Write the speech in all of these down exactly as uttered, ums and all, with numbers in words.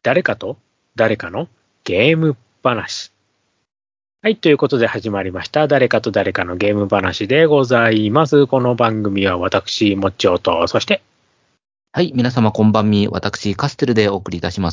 誰かと誰かのゲーム話。はい、ということで始まりました。誰かと誰かのゲーム話でございます。この番組は私、もっちおと、そして、 はい、皆様こんばんみ、私、カステルでお送りいたします。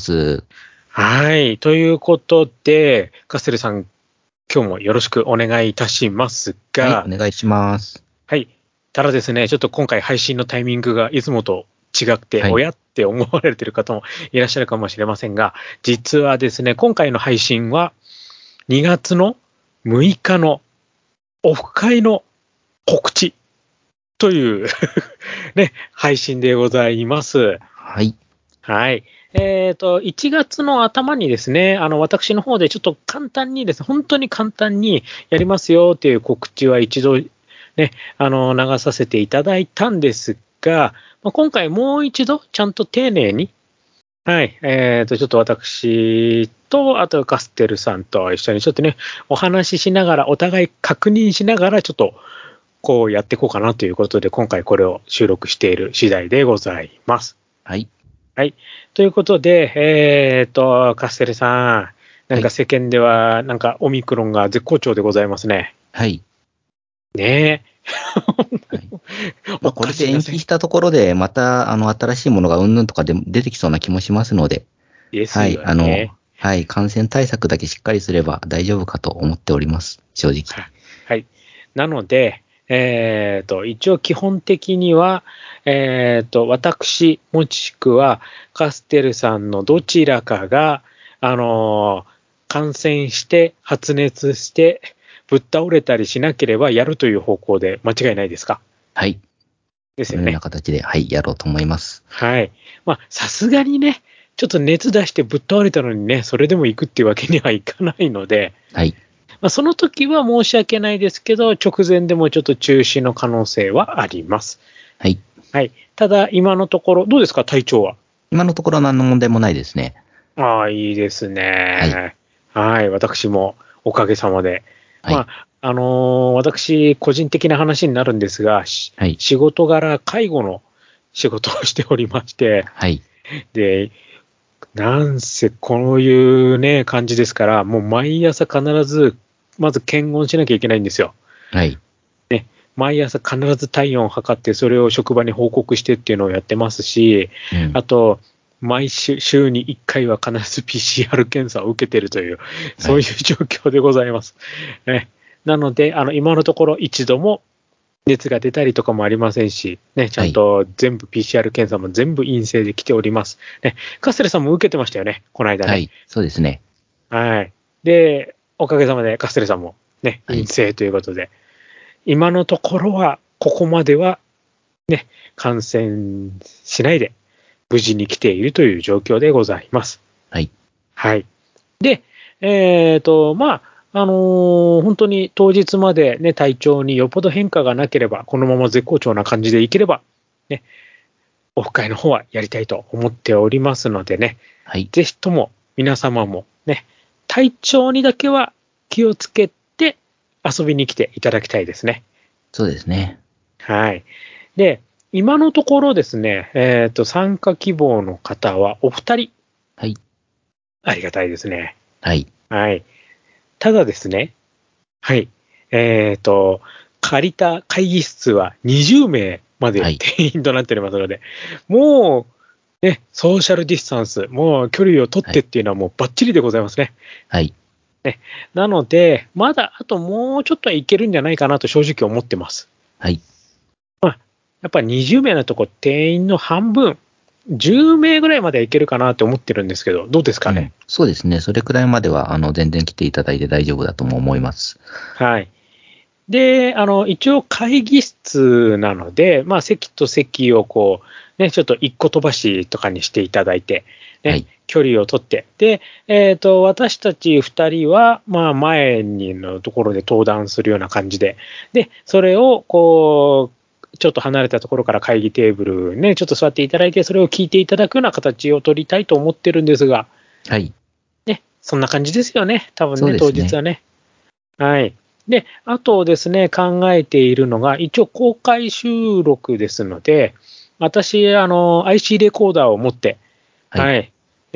はい、ということで、カステルさん、今日もよろしくお願いいたしますが、 はい、お願いします。 はい、ただですね、ちょっと今回配信のタイミングがいつもと違って、 はい、 親って思われている方もいらっしゃるかもしれませんが、実はですね、今回の配信はにがつのむいかのオフ会の告知というね、配信でございます。 はい。 はい。えっと、いちがつの頭にですね、あの、私の方でちょっと簡単にですね、本当に簡単にやりますよという告知は一度ね、あの、流させていただいたんですが、まあ、今回もう一度ちゃんと丁寧に、はい、えっと、ちょっと私と、あとカステルさんと一緒にちょっとね、お話ししながら、お互い確認しながら、ちょっと、こうやっていこうかなということで、今回これを収録している次第でございます。 はい。 はい。ということで、えっと、カステルさん、なんか世間では、なんかオミクロンが絶好調でございますね。 はい。 ねえ。 はい、まあ、これで延期したところで、また、あの、新しいものがうんぬんとかで出てきそうな気もしますので、 ですはい、 よあの、 ね。 はい、感染対策だけしっかりすれば大丈夫かと思っております、正直。 はい。なので、えっと、一応基本的には、えっと、私、もしくはカステルさんのどちらかが、あのー感染して発熱してぶっ倒れたりしなければやるという方向で間違いないですか？ はい。 ですよね。 このような形で、はい、やろうと思います。 はい。まあ、さすがにね、ちょっと熱出してぶっ倒れたのにね、それでも行くっていうわけにはいかないので、 はい。 まあ、その時は申し訳ないですけど、直前でもちょっと中止の可能性はあります。 はい。 はい。ただ、今のところ、どうですか、体調は？ 今のところは何の問題もないですね。 ああ、いいですはい。 ね。はい。私もおかげさまで。 はい。 まあ、あのー私、個人的な話になるんですが、 はい。 仕事柄、介護の仕事をしておりまして、 はい。 で、なんせこういうね、感じですから、もう毎朝必ず、まず検温しなきゃいけないんですよ。 はい。 ね、毎朝必ず体温を測って、それを職場に報告してっていうのをやってますし、 うん。 あと、毎週、週にいっかいは必ず ピーシーアール 検査を受けているという、そういうはい。 状況でございます。ね、なので、あの、今のところ一度も熱が出たりとかもありませんし、ね、ちゃんはい。 と全部 ピーシーアール 検査も全部陰性で来ております。ね、カステルさんも受けてましたよね、この間ね。 はい。そうですね。 はい。で、おかげさまでカステルさんもね、 はい。 陰性ということで、今のところは、ここまではね、感染しないで無事に来ているという状況でございます。 はい。 はい。で、えっと、まあ、あのー本当に当日までね、体調によっぽど変化がなければ、このまま絶好調な感じでいければ、ね、オフ会の方はやりたいと思っておりますのでね、 はい。 ぜひとも皆様もね、体調にだけは気をつけて遊びに来ていただきたいですね。 そうですね。 はい。で、今のところですね、えっと、参加希望の方はお二人、 はい。 ありがたいですね。 はい。 はい。ただですね、はい。えっと、借りた会議室はにじゅうめいまではい。 定員となっておりますので、もう、ね、ソーシャルディスタンス、もう距離を取っはい。 てっていうのはもうバッチリでございますね。 はい。 ね、なので、まだあともうちょっとはいけるんじゃないかなと正直思ってます。 はい。 まあ、やっぱにじゅうめいのとこ定員の半分、じゅうめいぐらいまではいけるかなって思ってるんですけど、どうですかね？ うん。そうですね。それくらいまでは、あの、全然来ていただいて大丈夫だとも思います。 はい。で、あの、一応会議室なので、まあ、席と席をこう、ね、ちょっと一個飛ばしとかにしていただいて、ね、 はい。 距離を取って、で、えっと、私たち二人は、まあ、前にのところで登壇するような感じで、で、それを、こう、ちょっと離れたところから会議テーブルね、ちょっと座っていただいて、それを聞いていただくような形を取りたいと思ってるんですが、 はい。 ね、そんな感じですよね、多分そうね、 ですね。 当日はね。はい。で、あとですね、考えているのが、一応公開収録ですので、私、あの、アイシー レコーダーを持って、 はい。 はい、ね、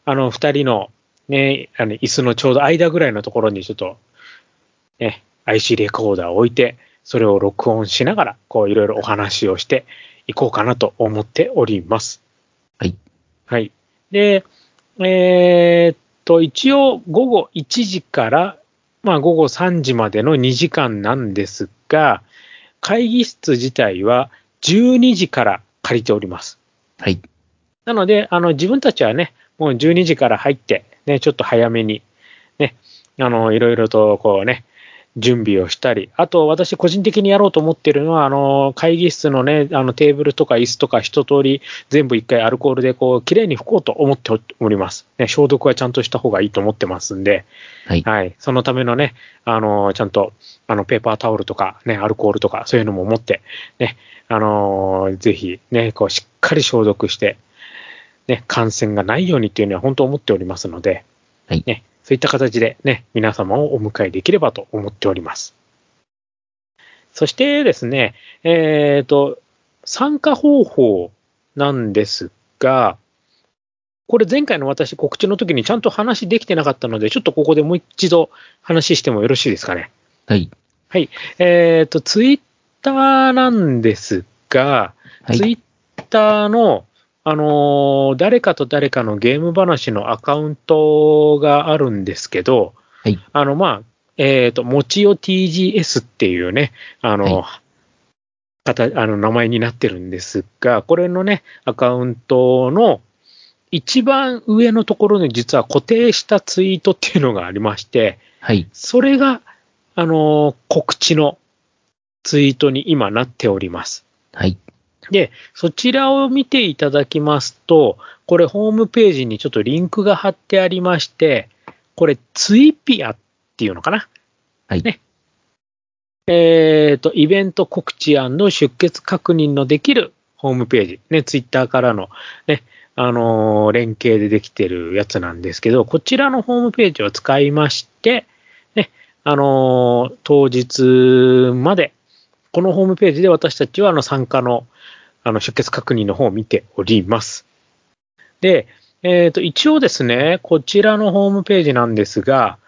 あの、二人のね、あの、椅子のちょうど間ぐらいのところにちょっと、ね、アイシー レコーダーを置いて、それを録音しながら、こういろいろお話をしていこうかなと思っております。 はい。 はい。で、えー、っと、一応午後いちじから、まあ午後さんじまでのにじかんなんですが、会議室自体はじゅうにじから借りております。 はい。 なので、あの、自分たちはね、もうじゅうにじから入って、ね、ちょっと早めに、ね、あの、いろいろとこうね、準備をしたり、あと私個人的にやろうと思っているのは、あの、会議室のね、あのテーブルとか椅子とか一通り全部一回アルコールでこう、きれいに拭こうと思っております。ね、消毒はちゃんとした方がいいと思ってますんで、 はい。 はい。そのためのね、あの、ちゃんと、あの、ペーパータオルとか、ね、アルコールとか、そういうのも持って、ね、あの、ぜひ、ね、こう、しっかり消毒して、ね、感染がないようにっていうのは本当思っておりますので、 はい。 ね、そういった形でね、皆様をお迎えできればと思っております。そしてですね、えっと、参加方法なんですが、これ前回の私告知の時にちゃんと話できてなかったので、ちょっとここでもう一度話してもよろしいですかね。 はい。 はい。えっと、ツイッターなんですが、 はい。 ツイッターの、あのー誰かと誰かのゲーム話のアカウントがあるんですけど、 はい。 あの、まあ、えっと、もちよ ティージーエス っていうね、あの、 はい方、あの、名前になってるんですが、これのね、アカウントの一番上のところに実は固定したツイートっていうのがありまして、 はい。 それが、あの、告知のツイートに今なっております。 はい。 で、そちらを見ていただきますと、これホームページにちょっとリンクが貼ってありまして、これツイピアっていうのかな。 はい。 ね。えっと、イベント告知&出欠確認のできるホームページ。ね、ツイッターからのね、あのー連携でできてるやつなんですけど、こちらのホームページを使いまして、ね、あのー当日まで、このホームページで私たちはあの参加のあの出欠確認の方を見ております。で、えっと、一応ですね、こちらのホームページなんですが、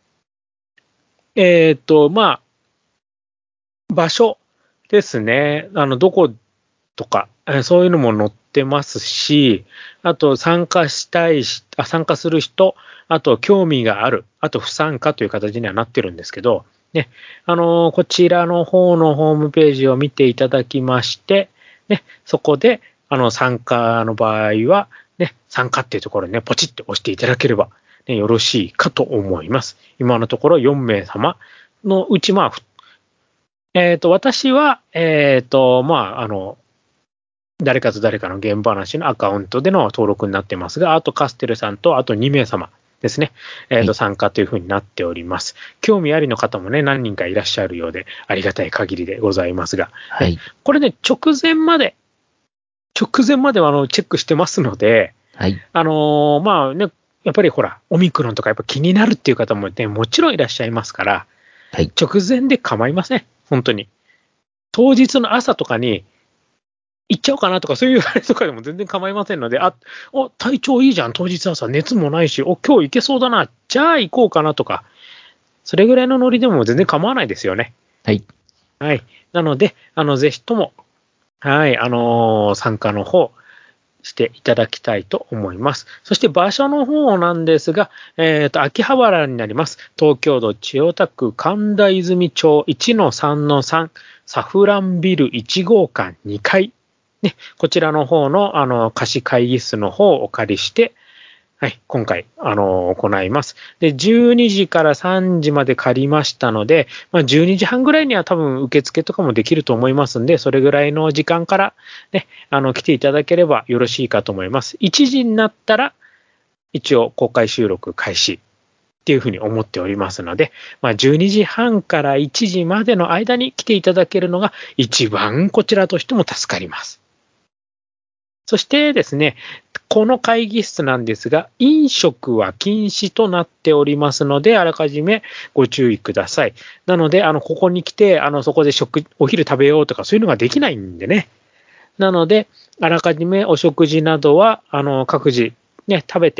えっと、まあ、場所ですね、あの、どことか、えーそういうのも載ってますし、あと参加したいし、あ、参加する人、あと興味がある、あと不参加という形にはなってるんですけど、ね、あのーこちらの方のホームページを見ていただきまして、ね、そこで、あの、参加の場合は、ね、参加っていうところにね、ポチッと押していただければ、ね、よろしいかと思います。今のところよんめい様のうち、まあ、えっと、私は、えっと、まあ、あの、誰かと誰かのゲーム話のアカウントでの登録になってますが、あとカステルさんとあとにめい様ですね、えー、と参加というふうになっております。興味ありの方もね、何人かいらっしゃるようで、ありがたい限りでございますが、 はい。 これね、直前まで、直前まではあのチェックしてますので、 はい。 あのーまあね、やっぱりほら、オミクロンとかやっぱ気になるっていう方もね、もちろんいらっしゃいますから、 はい。 直前で構いません、本当に。当日の朝とかに、行っちゃおうかなとか、そういうあれとかでも全然構いませんので、あ、お、体調いいじゃん、当日朝、熱もないし、お、今日行けそうだな、じゃあ行こうかなとか、それぐらいのノリでも全然構わないですよね。 はい。 はい。なので、あの、ぜひとも、はい、あのー参加の方、していただきたいと思います。そして場所の方なんですが、えっと、秋葉原になります。東京都千代田区神田泉町 いちのさんのさん サフランビルいち号館にかい。ね、こちらの方の、あの、貸し会議室の方をお借りして、はい、今回、あの、行います。で、じゅうにじからさんじまで借りましたので、まあ、じゅうにじはんぐらいには多分受付とかもできると思いますんで、それぐらいの時間からね、あの、来ていただければよろしいかと思います。いちじになったら、一応公開収録開始っていうふうに思っておりますので、まあ、じゅうにじはんからいちじまでの間に来ていただけるのが一番こちらとしても助かります。そしてですね、この会議室なんですが、飲食は禁止となっておりますので、あらかじめご注意ください。なので、あの、ここに来て、あの、そこで食、お昼食べようとかそういうのができないんでね。なので、あらかじめお食事などは、あの、各自、ね、食べて、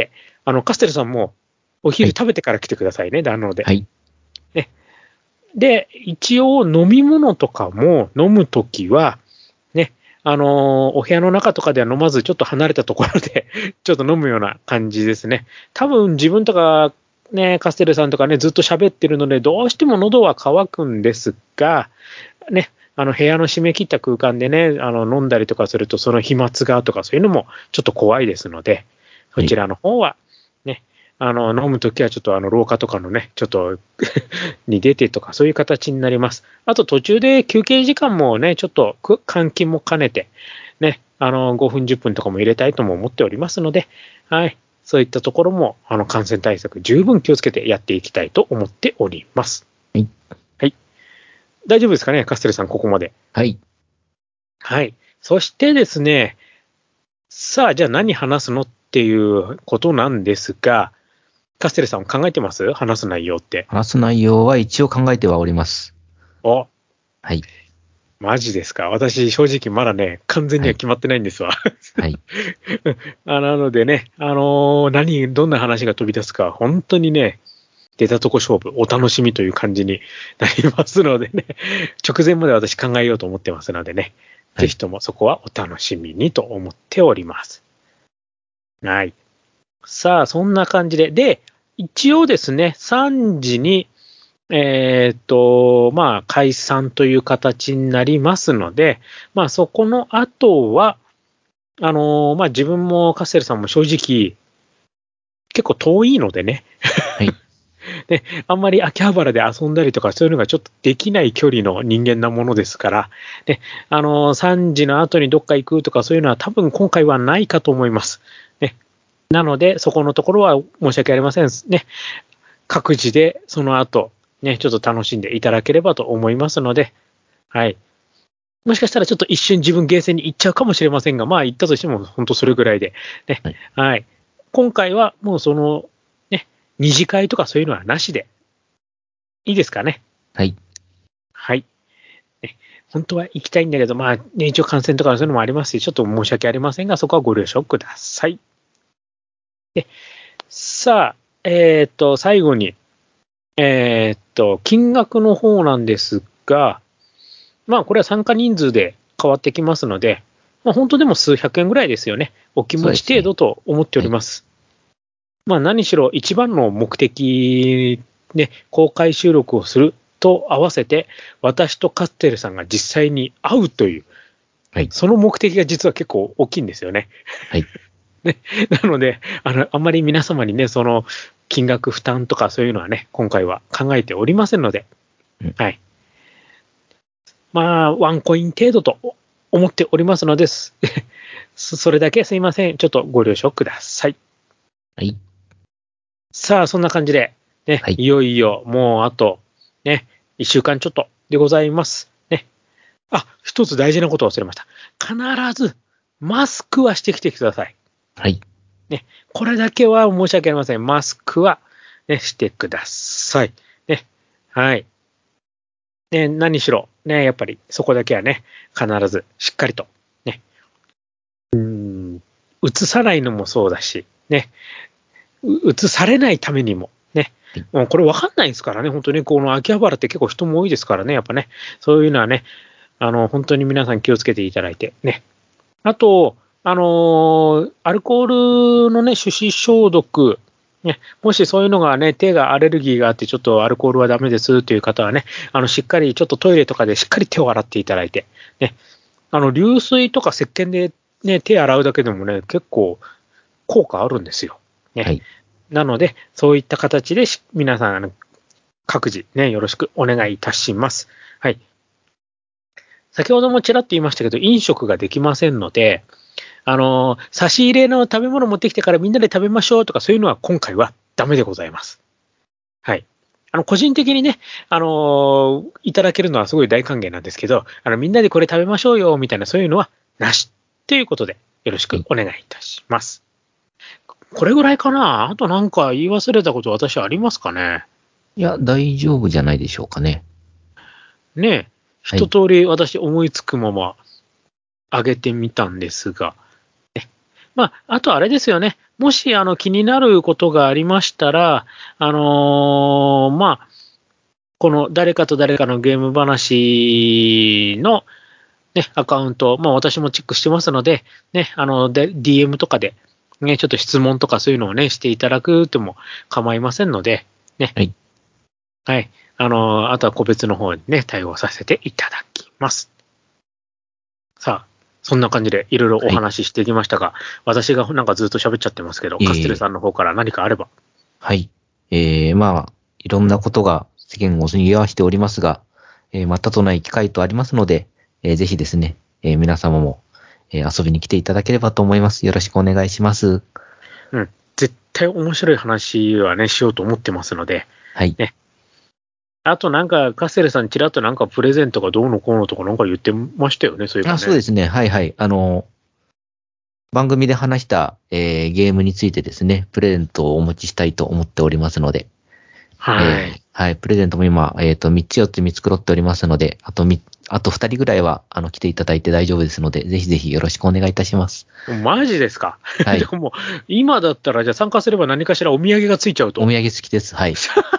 あの、カステルさんもお昼食べてから来てくださいね、なので。 はい。 ね。で、一応飲み物とかも飲むときは、ね、あのーお部屋の中とかでは飲まず、ちょっと離れたところで、ちょっと飲むような感じですね。多分自分とか、ね、カステルさんとかね、ずっと喋ってるので、どうしても喉は渇くんですが、ね、あの部屋の閉め切った空間でね、あの飲んだりとかすると、その飛沫がとかそういうのもちょっと怖いですので、そちらの方は、ね、あの飲むときはちょっとあの廊下とかのね、ちょっとに出てとか、そういう形になります。あと途中で休憩時間もね、ちょっと換気も兼ねて、ね、あのごふん、じゅっぷんとかも入れたいとも思っておりますので、はい、そういったところもあの感染対策、十分気をつけてやっていきたいと思っております。 はい。 はい。大丈夫ですかね、カステルさん、ここまで。 はい。 はい。そしてですね、さあ、じゃあ何話すのっていうことなんですが、カステルさん考えてます？話す内容って。 話す内容は一応考えてはおります。 お、 はい。 マジですか。私、正直まだね、完全には決まってないんですわ。 はい。 あなのでね、あのー何、どんな話が飛び出すか、本当にね、出たとこ勝負、お楽しみという感じになりますのでね、直前まで私考えようと思ってますのでね、 はいぜひともそこはお楽しみにと思っております。はい。さあ、そんな感じで、で、一応ですね、さんじに、えーっと、まあ、解散という形になりますので、まあ、そこの後は、あのーまあ、自分もカステルさんも正直、結構遠いのでね、 はい。 で、あんまり秋葉原で遊んだりとかそういうのがちょっとできない距離の人間なものですから、で、あの、さんじの後にどっか行くとかそういうのは多分今回はないかと思います。ね。なので、そこのところは申し訳ありませんね。各自でその後、ね、ちょっと楽しんでいただければと思いますので、はい。もしかしたらちょっと一瞬自分ゲーセンに行っちゃうかもしれませんが、まあ行ったとしても本当それぐらいで、ね。 はい。 はい。今回はもうその、ね、二次会とかそういうのはなしで、いいですかね。 はい。 はい。ね、本当は行きたいんだけど、まあ、ね、一応感染とかそういうのもありますし、ちょっと申し訳ありませんが、そこはご了承ください。で、さあ、えっと、最後に、えっと、金額の方なんですが、まあ、これは参加人数で変わってきますので、まあ、本当でも数百円ぐらいですよね。お気持ち程度と思っております。まあ、何しろ一番の目的で公開収録をすると合わせて、私とカステルさんが実際に会うという、 はい。 その目的が実は結構大きいんですよね。 はい。 ね、なのであの、あんまり皆様にね、その金額負担とかそういうのはね、今回は考えておりませんので、 うん、 はい。まあ、ワンコイン程度と思っておりますのです。それだけすいません。ちょっとご了承ください。 はい。 さあ、そんな感じで、ね、 はい。 いよいよもうあと、ね、いっしゅうかんちょっとでございます。ね。あ、一つ大事なことを忘れました。必ず、マスクはしてきてください。 はい。 ね、これだけは申し訳ありません。マスクは、ね、してください。ね、はい。ね、何しろ、ね、やっぱりそこだけはね、必ずしっかりと、ね、うーん、移さないのもそうだし、ね、移されないためにも、ね、 はい。 もうこれ分かんないですからね、本当にこの秋葉原って結構人も多いですからね、やっぱね、そういうのはね、あの、本当に皆さん気をつけていただいて、ね。あと、あのーアルコールのね、手指消毒、ね、もしそういうのがね、手がアレルギーがあって、ちょっとアルコールはダメですという方はね、あの、しっかり、ちょっとトイレとかでしっかり手を洗っていただいて、ね、あの、流水とか石鹸でね、手洗うだけでもね、結構効果あるんですよ。ね。 はい。 なので、そういった形で皆さん、あの各自ね、よろしくお願いいたします。はい。先ほどもちらっと言いましたけど、飲食ができませんので、あの、差し入れの食べ物持ってきてからみんなで食べましょうとかそういうのは今回はダメでございます。はい。あの、個人的にね、あの、いただけるのはすごい大歓迎なんですけど、あの、みんなでこれ食べましょうよ、みたいなそういうのはなし。ということで、よろしくお願いいたします。これぐらいかな。あとなんか言い忘れたこと私ありますかね。 いや、大丈夫じゃないでしょうかね。 ねえ。 はい。 一通り私思いつくまま上げてみたんですが。まあ、あとあれですよね。 もし、あの、気になることがありましたら、あのーまあ、この誰かと誰かのゲーム話の、ね、アカウント、まあ私もチェックしてますので、ね、あの、で ディーエム とかで、ね、ちょっと質問とかそういうのをね、していただくとも構いませんので、ね。 はい。 はい。あの、あとは個別の方にね、対応させていただきます。さあ、そんな感じでいろいろお話ししてきましたが、はい、私がなんかずっと喋っちゃってますけど、カステルさんの方から何かあれば。 はい。えー、まあ、いろんなことが世間を賑わしておりますが、えー、またとない機会とありますので、えー、ぜひですね、えー、皆様も、えー、遊びに来ていただければと思います。よろしくお願いします。 うん。絶対面白い話はね、しようと思ってますので、 はい。 ね。あとなんか、カステルさんちらっとなんかプレゼントがどうのこうのとかなんか言ってましたよね、そういうかね。 あ、そうですね。はいはい。あの、番組で話した、えー、ゲームについてですね、プレゼントをお持ちしたいと思っておりますので、 はい。 えー、はい、プレゼントも今、えっと、みっつよっつ見繕っておりますので、あとみ、あとふたりぐらいは、あの、来ていただいて大丈夫ですので、ぜひぜひよろしくお願いいたします。 マジですか？ はい。 でも、今だったらじゃあ参加すれば何かしらお土産がついちゃうと。 お土産好きです。はい。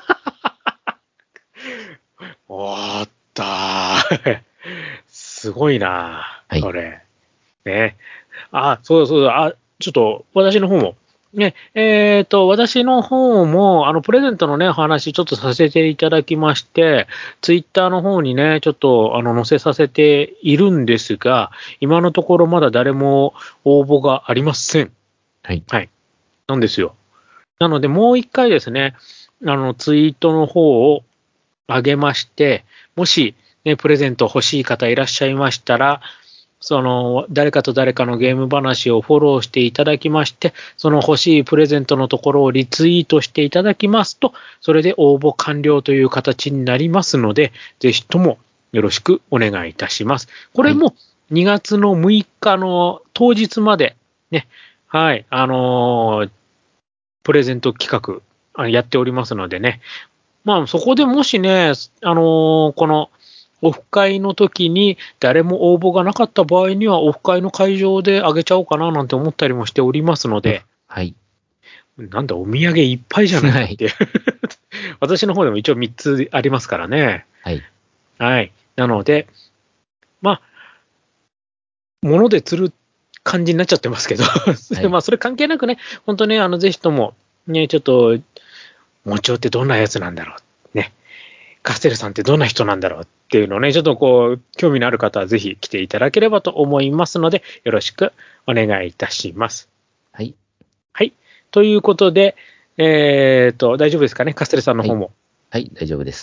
おーったー。すごいなはい。 それ。ね。あ、そうだそうだ。あ、ちょっと私の方も。ね、えっと、私の方も、あの、プレゼントのね、話ちょっとさせていただきまして、ツイッターの方にね、ちょっと、あの、載せさせているんですが、今のところまだ誰も応募がありません。 はい。 はい。なんですよ。なので、もう一回ですね、あの、ツイートの方を上げまして、もし、ね、プレゼント欲しい方いらっしゃいましたら、その、誰かと誰かのゲーム話をフォローしていただきまして、その欲しいプレゼントのところをリツイートしていただきますと、それで応募完了という形になりますので、ぜひともよろしくお願いいたします。これもにがつのむいかの当日まで、ね、はい、あのー、プレゼント企画やっておりますのでね、まあそこでもしね、あのー、この、オフ会の時に誰も応募がなかった場合には、オフ会の会場であげちゃおうかななんて思ったりもしておりますので、 はい。 なんだ、お土産いっぱいじゃないかっていう。私の方でも一応みっつありますからね。 はい。 はい。なので、まあ、物で釣る感じになっちゃってますけど、はい、まあ、それ関係なくね、本当ね、あの、ぜひとも、ね、ちょっと、もちおってどんなやつなんだろう。ね。カステルさんってどんな人なんだろうっていうのをね、ちょっとこう、興味のある方はぜひ来ていただければと思いますので、よろしくお願いいたします。 はい。 はい。ということで、えっと、大丈夫ですかね、カステルさんの方も。 はい、はい、大丈夫です。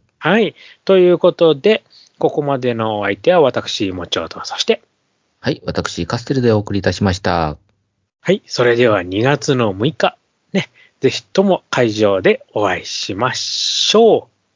はい。ということで、ここまでのお相手は私、もちおと、そして、 はい、私、カステルでお送りいたしました。 はい。それではにがつのむいか、ね、ぜひとも会場でお会いしましょう。